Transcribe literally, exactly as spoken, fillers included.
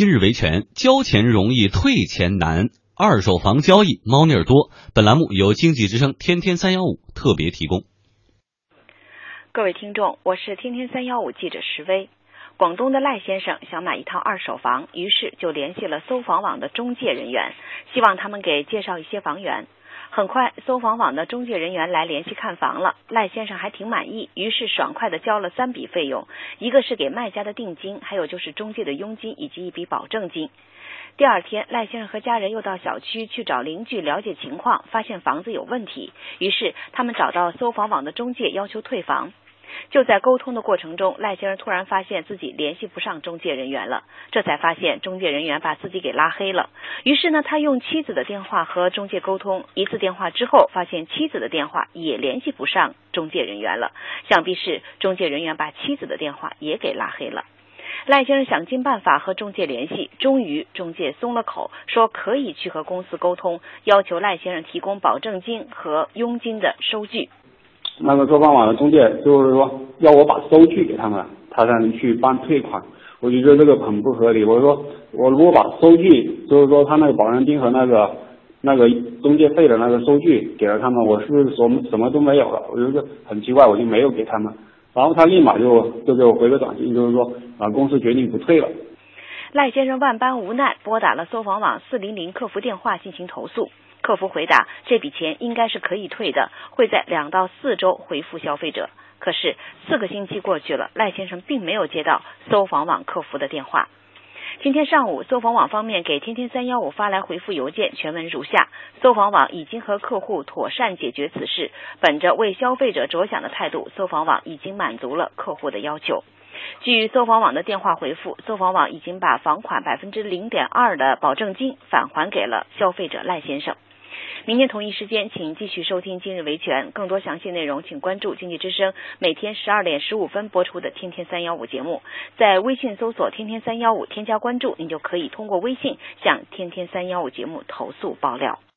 今日维权，交钱容易退钱难，二手房交易猫腻儿多。本栏目由经济之声天天三幺五特别提供。 各位听众，我是天天三幺五记者石薇。广东的赖先生想买一套二手房，于是就联系了搜房网的中介人员，希望他们给介绍一些房源。很快，搜房网的中介人员来联系看房了，赖先生还挺满意，于是爽快地交了三笔费用，一个是给卖家的定金，还有就是中介的佣金以及一笔保证金。第二天，赖先生和家人又到小区去找邻居了解情况，发现房子有问题，于是他们找到搜房网的中介要求退房。就在沟通的过程中，赖先生突然发现自己联系不上中介人员了，这才发现中介人员把自己给拉黑了。于是呢，他用妻子的电话和中介沟通，一次电话之后，发现妻子的电话也联系不上中介人员了，想必是中介人员把妻子的电话也给拉黑了。赖先生想尽办法和中介联系，终于中介松了口，说可以去和公司沟通，要求赖先生提供保证金和佣金的收据。 那个搜房网的中介就是说要我把收据给他们，他才能去办退款。我就觉得这个很不合理。我说我如果把收据，就是说他那个保证金和那个那个中介费的那个收据给了他们，我是不是什么什么都没有了？我觉得很奇怪，我就没有给他们。然后他立马就就给我回个短信，就是说啊公司决定不退了。 赖先生万般无奈，拨打了搜房网四零零客服电话进行投诉。客服回答，这笔钱应该是可以退的，会在两到四周回复消费者。可是四个星期过去了，赖先生并没有接到搜房网客服的电话。今天上午，搜房网方面给天天三幺五发来回复邮件，全文如下：搜房网已经和客户妥善解决此事，本着为消费者着想的态度，搜房网已经满足了客户的要求。据搜房网的电话回复，搜房网已经把房款百分之零点二的保证金返还给了消费者赖先生。明天同一时间，请继续收听今日维权。更多详细内容，请关注经济之声每天十二点十五分播出的天天三幺五节目。在微信搜索天天三幺五，添加关注，您就可以通过微信向天天三幺五节目投诉爆料。